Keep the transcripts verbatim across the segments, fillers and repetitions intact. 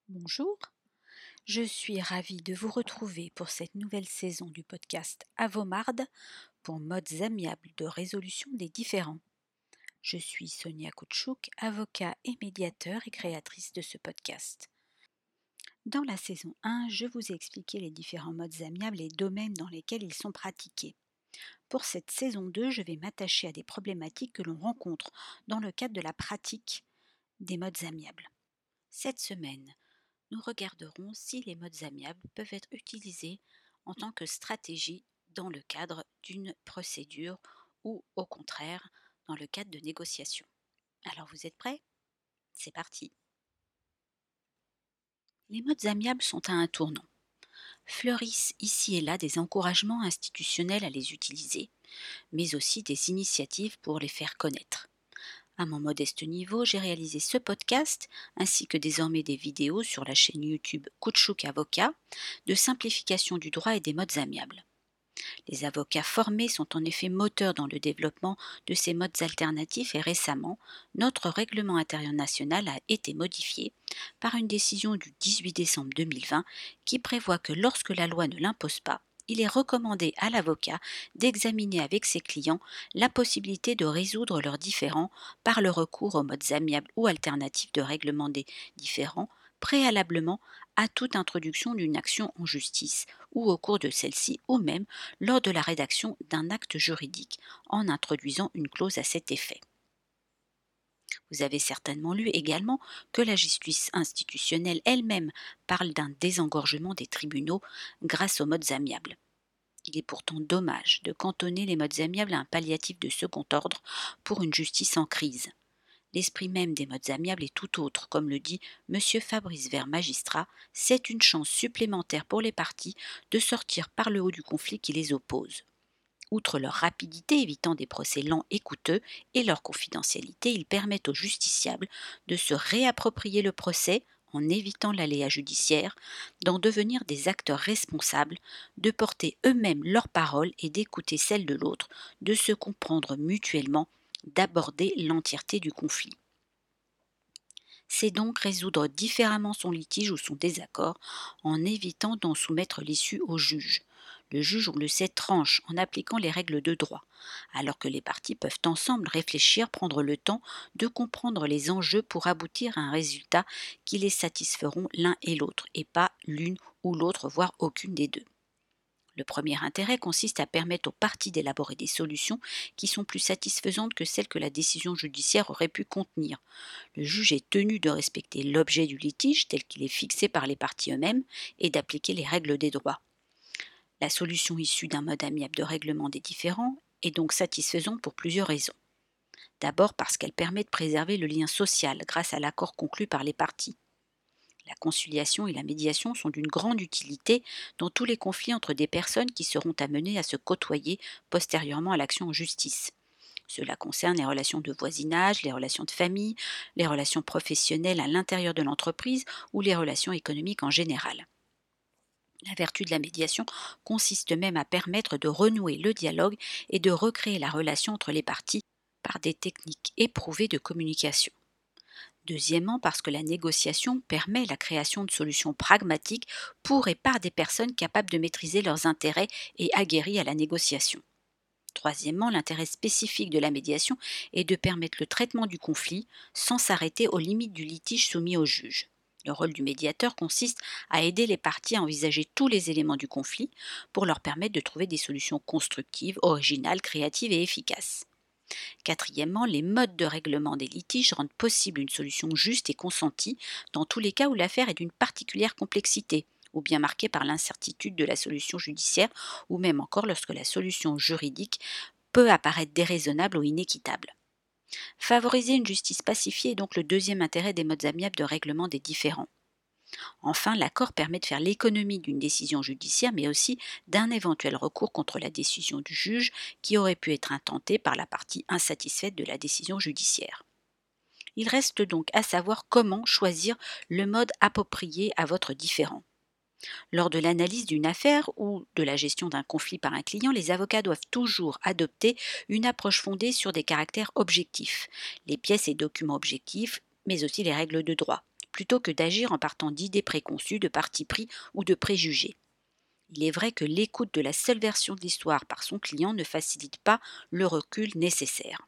Bonjour, je suis ravie de vous retrouver pour cette nouvelle saison du podcast Avomarde pour modes amiables de résolution des différends. Je suis Sonia Koutchouk, avocat et médiateur et créatrice de ce podcast. Dans la saison un, je vous ai expliqué les différents modes amiables et domaines dans lesquels ils sont pratiqués. Pour cette saison deux, je vais m'attacher à des problématiques que l'on rencontre dans le cadre de la pratique des modes amiables. Cette semaine, nous regarderons si les modes amiables peuvent être utilisés en tant que stratégie dans le cadre d'une procédure ou au contraire dans le cadre de négociations. Alors vous êtes prêts? C'est parti! Les modes amiables sont à un tournant. Fleurissent ici et là des encouragements institutionnels à les utiliser, mais aussi des initiatives pour les faire connaître. À mon modeste niveau, j'ai réalisé ce podcast ainsi que désormais des vidéos sur la chaîne YouTube Koutchouk Avocat de simplification du droit et des modes amiables. Les avocats formés sont en effet moteurs dans le développement de ces modes alternatifs et récemment, notre règlement intérieur national a été modifié par une décision du dix-huit décembre deux mille vingt qui prévoit que lorsque la loi ne l'impose pas, il est recommandé à l'avocat d'examiner avec ses clients la possibilité de résoudre leurs différends par le recours aux modes amiables ou alternatifs de règlement des différends préalablement à toute introduction d'une action en justice ou au cours de celle-ci ou même lors de la rédaction d'un acte juridique en introduisant une clause à cet effet. Vous avez certainement lu également que la justice institutionnelle elle-même parle d'un désengorgement des tribunaux grâce aux modes amiables. Il est pourtant dommage de cantonner les modes amiables à un palliatif de second ordre pour une justice en crise. L'esprit même des modes amiables est tout autre, comme le dit M. Fabrice Vert, magistrat, c'est une chance supplémentaire pour les parties de sortir par le haut du conflit qui les oppose. Outre leur rapidité évitant des procès lents et coûteux et leur confidentialité, ils permettent aux justiciables de se réapproprier le procès en évitant l'aléa judiciaire, d'en devenir des acteurs responsables, de porter eux-mêmes leurs paroles et d'écouter celles de l'autre, de se comprendre mutuellement, d'aborder l'entièreté du conflit. C'est donc résoudre différemment son litige ou son désaccord en évitant d'en soumettre l'issue au juge. Le juge, on le sait, tranche en appliquant les règles de droit, alors que les parties peuvent ensemble réfléchir, prendre le temps de comprendre les enjeux pour aboutir à un résultat qui les satisferont l'un et l'autre, et pas l'une ou l'autre, voire aucune des deux. Le premier intérêt consiste à permettre aux parties d'élaborer des solutions qui sont plus satisfaisantes que celles que la décision judiciaire aurait pu contenir. Le juge est tenu de respecter l'objet du litige tel qu'il est fixé par les parties eux-mêmes et d'appliquer les règles des droits. La solution issue d'un mode amiable de règlement des différends est donc satisfaisante pour plusieurs raisons. D'abord parce qu'elle permet de préserver le lien social grâce à l'accord conclu par les parties. La conciliation et la médiation sont d'une grande utilité dans tous les conflits entre des personnes qui seront amenées à se côtoyer postérieurement à l'action en justice. Cela concerne les relations de voisinage, les relations de famille, les relations professionnelles à l'intérieur de l'entreprise ou les relations économiques en général. La vertu de la médiation consiste même à permettre de renouer le dialogue et de recréer la relation entre les parties par des techniques éprouvées de communication. Deuxièmement, parce que la négociation permet la création de solutions pragmatiques pour et par des personnes capables de maîtriser leurs intérêts et aguerries à la négociation. Troisièmement, l'intérêt spécifique de la médiation est de permettre le traitement du conflit sans s'arrêter aux limites du litige soumis au juge. Le rôle du médiateur consiste à aider les parties à envisager tous les éléments du conflit pour leur permettre de trouver des solutions constructives, originales, créatives et efficaces. Quatrièmement, les modes de règlement des litiges rendent possible une solution juste et consentie dans tous les cas où l'affaire est d'une particulière complexité, ou bien marquée par l'incertitude de la solution judiciaire, ou même encore lorsque la solution juridique peut apparaître déraisonnable ou inéquitable. Favoriser une justice pacifiée est donc le deuxième intérêt des modes amiables de règlement des différends. Enfin, l'accord permet de faire l'économie d'une décision judiciaire, mais aussi d'un éventuel recours contre la décision du juge qui aurait pu être intenté par la partie insatisfaite de la décision judiciaire. Il reste donc à savoir comment choisir le mode approprié à votre différend. Lors de l'analyse d'une affaire ou de la gestion d'un conflit par un client, les avocats doivent toujours adopter une approche fondée sur des caractères objectifs, les pièces et documents objectifs, mais aussi les règles de droit, plutôt que d'agir en partant d'idées préconçues, de partis pris ou de préjugés. Il est vrai que l'écoute de la seule version de l'histoire par son client ne facilite pas le recul nécessaire.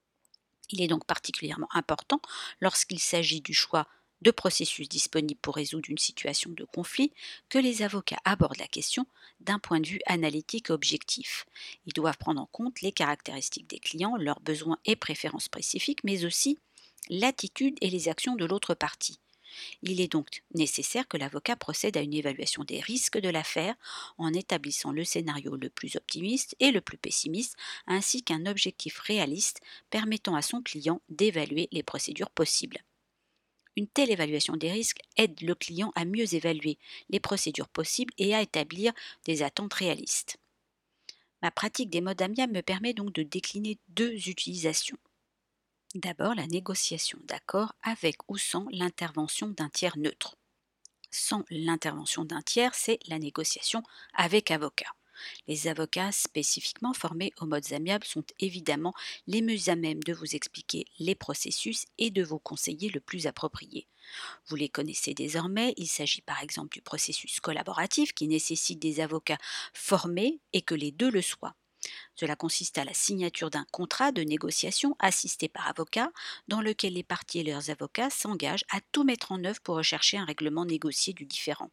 Il est donc particulièrement important, lorsqu'il s'agit du choix de processus disponibles pour résoudre une situation de conflit, que les avocats abordent la question d'un point de vue analytique et objectif. Ils doivent prendre en compte les caractéristiques des clients, leurs besoins et préférences spécifiques, mais aussi l'attitude et les actions de l'autre partie. Il est donc nécessaire que l'avocat procède à une évaluation des risques de l'affaire en établissant le scénario le plus optimiste et le plus pessimiste, ainsi qu'un objectif réaliste permettant à son client d'évaluer les procédures possibles. Une telle évaluation des risques aide le client à mieux évaluer les procédures possibles et à établir des attentes réalistes. Ma pratique des modes amiables me permet donc de décliner deux utilisations. D'abord, la négociation d'accord avec ou sans l'intervention d'un tiers neutre. Sans l'intervention d'un tiers, c'est la négociation avec avocat. Les avocats spécifiquement formés aux modes amiables sont évidemment les mieux à même de vous expliquer les processus et de vous conseiller le plus approprié. Vous les connaissez désormais, il s'agit par exemple du processus collaboratif qui nécessite des avocats formés et que les deux le soient. Cela consiste à la signature d'un contrat de négociation assisté par avocat, dans lequel les parties et leurs avocats s'engagent à tout mettre en œuvre pour rechercher un règlement négocié du différend.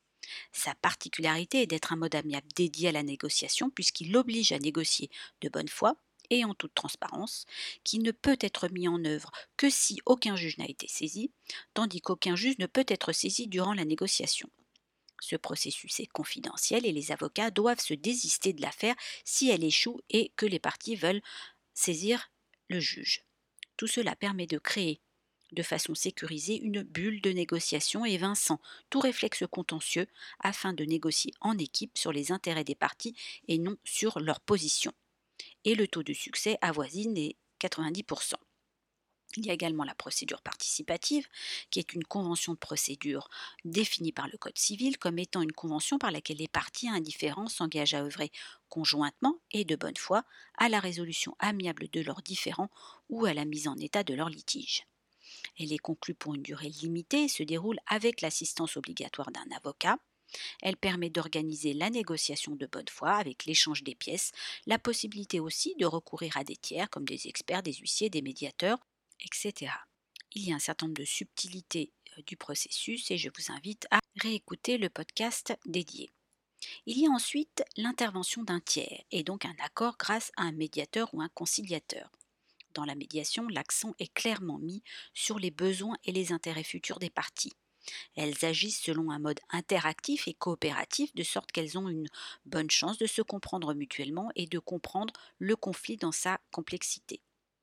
Sa particularité est d'être un mode amiable dédié à la négociation, puisqu'il oblige à négocier de bonne foi et en toute transparence, qui ne peut être mis en œuvre que si aucun juge n'a été saisi, tandis qu'aucun juge ne peut être saisi durant la négociation. Ce processus est confidentiel et les avocats doivent se désister de l'affaire si elle échoue et que les parties veulent saisir le juge. Tout cela permet de créer de façon sécurisée une bulle de négociation et évinçant tout réflexe contentieux afin de négocier en équipe sur les intérêts des parties et non sur leur position. Et le taux de succès avoisine les quatre-vingt-dix pour cent. Il y a également la procédure participative, qui est une convention de procédure définie par le Code civil comme étant une convention par laquelle les parties indifférentes s'engagent à œuvrer conjointement et de bonne foi à la résolution amiable de leurs différends ou à la mise en état de leurs litiges. Elle est conclue pour une durée limitée et se déroule avec l'assistance obligatoire d'un avocat. Elle permet d'organiser la négociation de bonne foi avec l'échange des pièces, la possibilité aussi de recourir à des tiers comme des experts, des huissiers, des médiateurs, et cetera. Il y a un certain nombre de subtilités euh, du processus et je vous invite à réécouter le podcast dédié. Il y a ensuite l'intervention d'un tiers et donc un accord grâce à un médiateur ou un conciliateur. Dans la médiation, l'accent est clairement mis sur les besoins et les intérêts futurs des parties. Elles agissent selon un mode interactif et coopératif, de sorte qu'elles ont une bonne chance de se comprendre mutuellement et de comprendre le conflit dans sa complexité.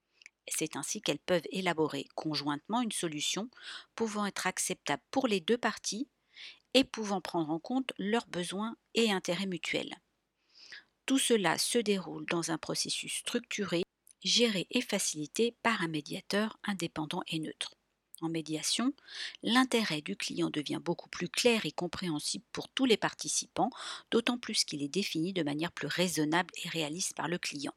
C'est ainsi qu'elles peuvent élaborer conjointement une solution pouvant être acceptable pour les deux parties et pouvant prendre en compte leurs besoins et intérêts mutuels. Tout cela se déroule dans un processus structuré, géré et facilité par un médiateur indépendant et neutre. En médiation, l'intérêt du client devient beaucoup plus clair et compréhensible pour tous les participants, d'autant plus qu'il est défini de manière plus raisonnable et réaliste par le client.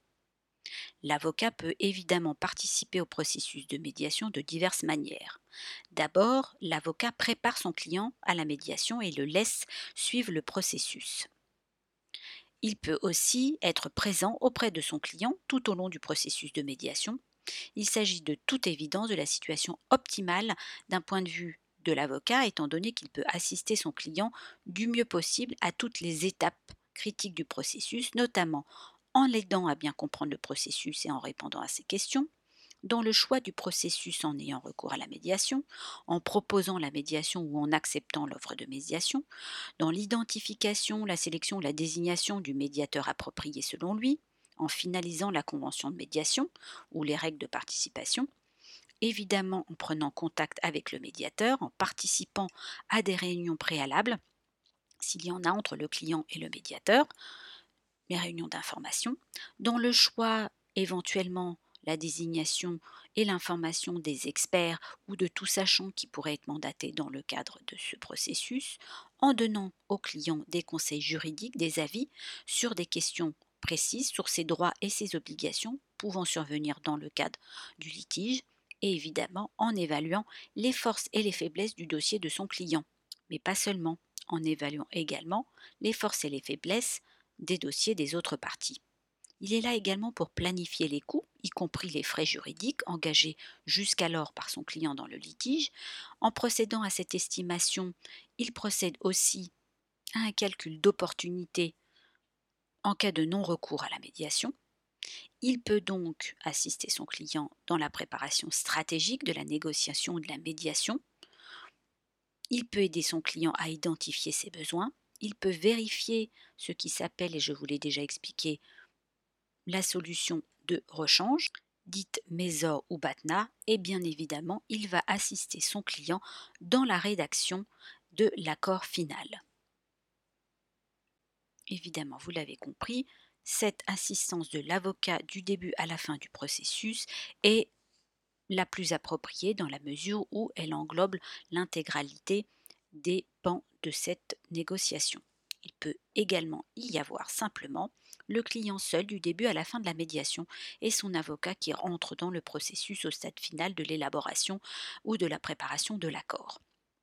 L'avocat peut évidemment participer au processus de médiation de diverses manières. D'abord, l'avocat prépare son client à la médiation et le laisse suivre le processus. Il peut aussi être présent auprès de son client tout au long du processus de médiation. Il s'agit de toute évidence de la situation optimale d'un point de vue de l'avocat, étant donné qu'il peut assister son client du mieux possible à toutes les étapes critiques du processus, notamment en l'aidant à bien comprendre le processus et en répondant à ses questions, dans le choix du processus en ayant recours à la médiation, en proposant la médiation ou en acceptant l'offre de médiation, dans l'identification, la sélection, la désignation du médiateur approprié selon lui, en finalisant la convention de médiation ou les règles de participation, évidemment en prenant contact avec le médiateur, en participant à des réunions préalables, s'il y en a entre le client et le médiateur, les réunions d'information, dans le choix éventuellement la désignation et l'information des experts ou de tout sachant qui pourrait être mandaté dans le cadre de ce processus, en donnant au client des conseils juridiques, des avis sur des questions précises sur ses droits et ses obligations pouvant survenir dans le cadre du litige, et évidemment en évaluant les forces et les faiblesses du dossier de son client, mais pas seulement, en évaluant également les forces et les faiblesses des dossiers des autres parties. Il est là également pour planifier les coûts, y compris les frais juridiques engagés jusqu'alors par son client dans le litige. En procédant à cette estimation, il procède aussi à un calcul d'opportunité en cas de non-recours à la médiation. Il peut donc assister son client dans la préparation stratégique de la négociation ou de la médiation. Il peut aider son client à identifier ses besoins. Il peut vérifier ce qui s'appelle, et je vous l'ai déjà expliqué, la solution de rechange, dite Mésor ou Batna, et bien évidemment, il va assister son client dans la rédaction de l'accord final. Évidemment, vous l'avez compris, cette assistance de l'avocat du début à la fin du processus est la plus appropriée dans la mesure où elle englobe l'intégralité des pans de cette négociation. Il peut également y avoir simplement le client seul du début à la fin de la médiation et son avocat qui rentre dans le processus au stade final de l'élaboration ou de la préparation de l'accord.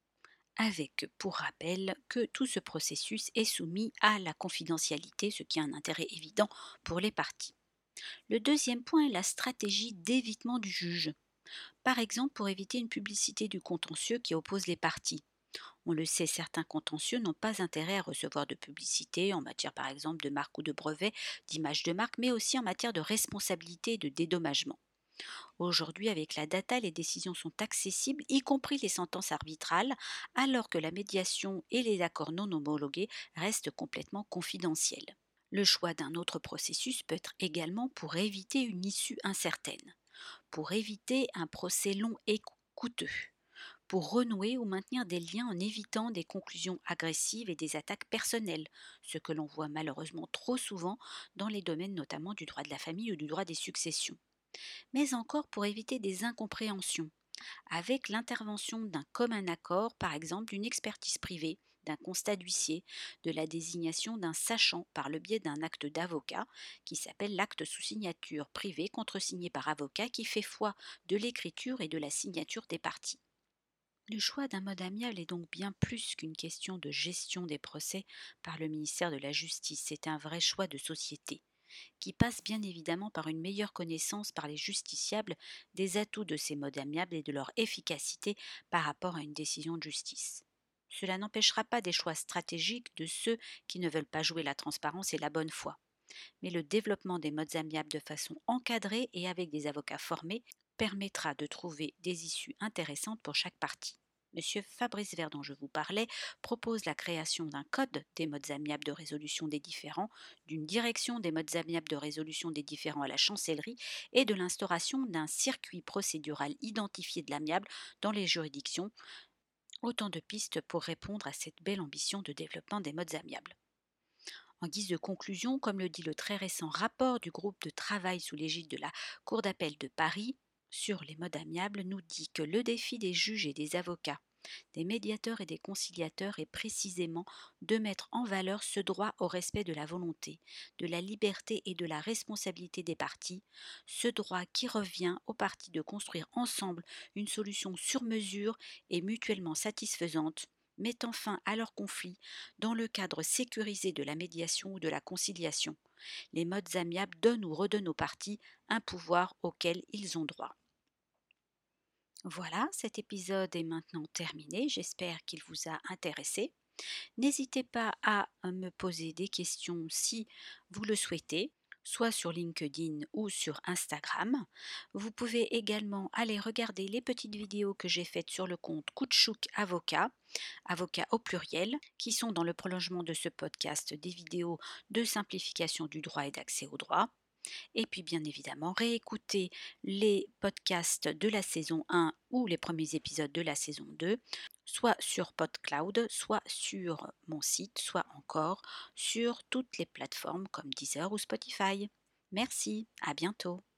Avec pour rappel que tout ce processus est soumis à la confidentialité, ce qui a un intérêt évident pour les parties. Le deuxième point est la stratégie d'évitement du juge. Par exemple, pour éviter une publicité du contentieux qui oppose les parties. On le sait, certains contentieux n'ont pas intérêt à recevoir de publicité en matière par exemple de marque ou de brevet, d'image de marque, mais aussi en matière de responsabilité et de dédommagement. Aujourd'hui, avec la data, les décisions sont accessibles, y compris les sentences arbitrales, alors que la médiation et les accords non homologués restent complètement confidentiels. Le choix d'un autre processus peut être également pour éviter une issue incertaine, pour éviter un procès long et coûteux, pour renouer ou maintenir des liens en évitant des conclusions agressives et des attaques personnelles, ce que l'on voit malheureusement trop souvent dans les domaines notamment du droit de la famille ou du droit des successions, mais encore pour éviter des incompréhensions, avec l'intervention d'un commun accord, par exemple d'une expertise privée, d'un constat d'huissier, de la désignation d'un sachant par le biais d'un acte d'avocat qui s'appelle l'acte sous signature privée contresigné par avocat qui fait foi de l'écriture et de la signature des parties. Le choix d'un mode amiable est donc bien plus qu'une question de gestion des procès par le ministère de la Justice, c'est un vrai choix de société qui passe bien évidemment par une meilleure connaissance par les justiciables des atouts de ces modes amiables et de leur efficacité par rapport à une décision de justice. Cela n'empêchera pas des choix stratégiques de ceux qui ne veulent pas jouer la transparence et la bonne foi. Mais le développement des modes amiables de façon encadrée et avec des avocats formés permettra de trouver des issues intéressantes pour chaque partie. Monsieur Fabrice Vert, dont je vous parlais, propose la création d'un code des modes amiables de résolution des différends, d'une direction des modes amiables de résolution des différends à la chancellerie et de l'instauration d'un circuit procédural identifié de l'amiable dans les juridictions. Autant de pistes pour répondre à cette belle ambition de développement des modes amiables. En guise de conclusion, comme le dit le très récent rapport du groupe de travail sous l'égide de la Cour d'appel de Paris sur les modes amiables, nous dit que le défi des juges et des avocats, des médiateurs et des conciliateurs est précisément de mettre en valeur ce droit au respect de la volonté, de la liberté et de la responsabilité des parties, ce droit qui revient aux parties de construire ensemble une solution sur mesure et mutuellement satisfaisante, mettant fin à leur conflit dans le cadre sécurisé de la médiation ou de la conciliation. Les modes amiables donnent ou redonnent aux parties un pouvoir auquel ils ont droit. Voilà, cet épisode est maintenant terminé, j'espère qu'il vous a intéressé. N'hésitez pas à me poser des questions si vous le souhaitez, soit sur LinkedIn ou sur Instagram. Vous pouvez également aller regarder les petites vidéos que j'ai faites sur le compte Koutchouk Avocat, avocat au pluriel, qui sont dans le prolongement de ce podcast des vidéos de simplification du droit et d'accès au droit. Et puis bien évidemment, réécouter les podcasts de la saison un ou les premiers épisodes de la saison deux, soit sur PodCloud, soit sur mon site, soit encore sur toutes les plateformes comme Deezer ou Spotify. Merci, à bientôt.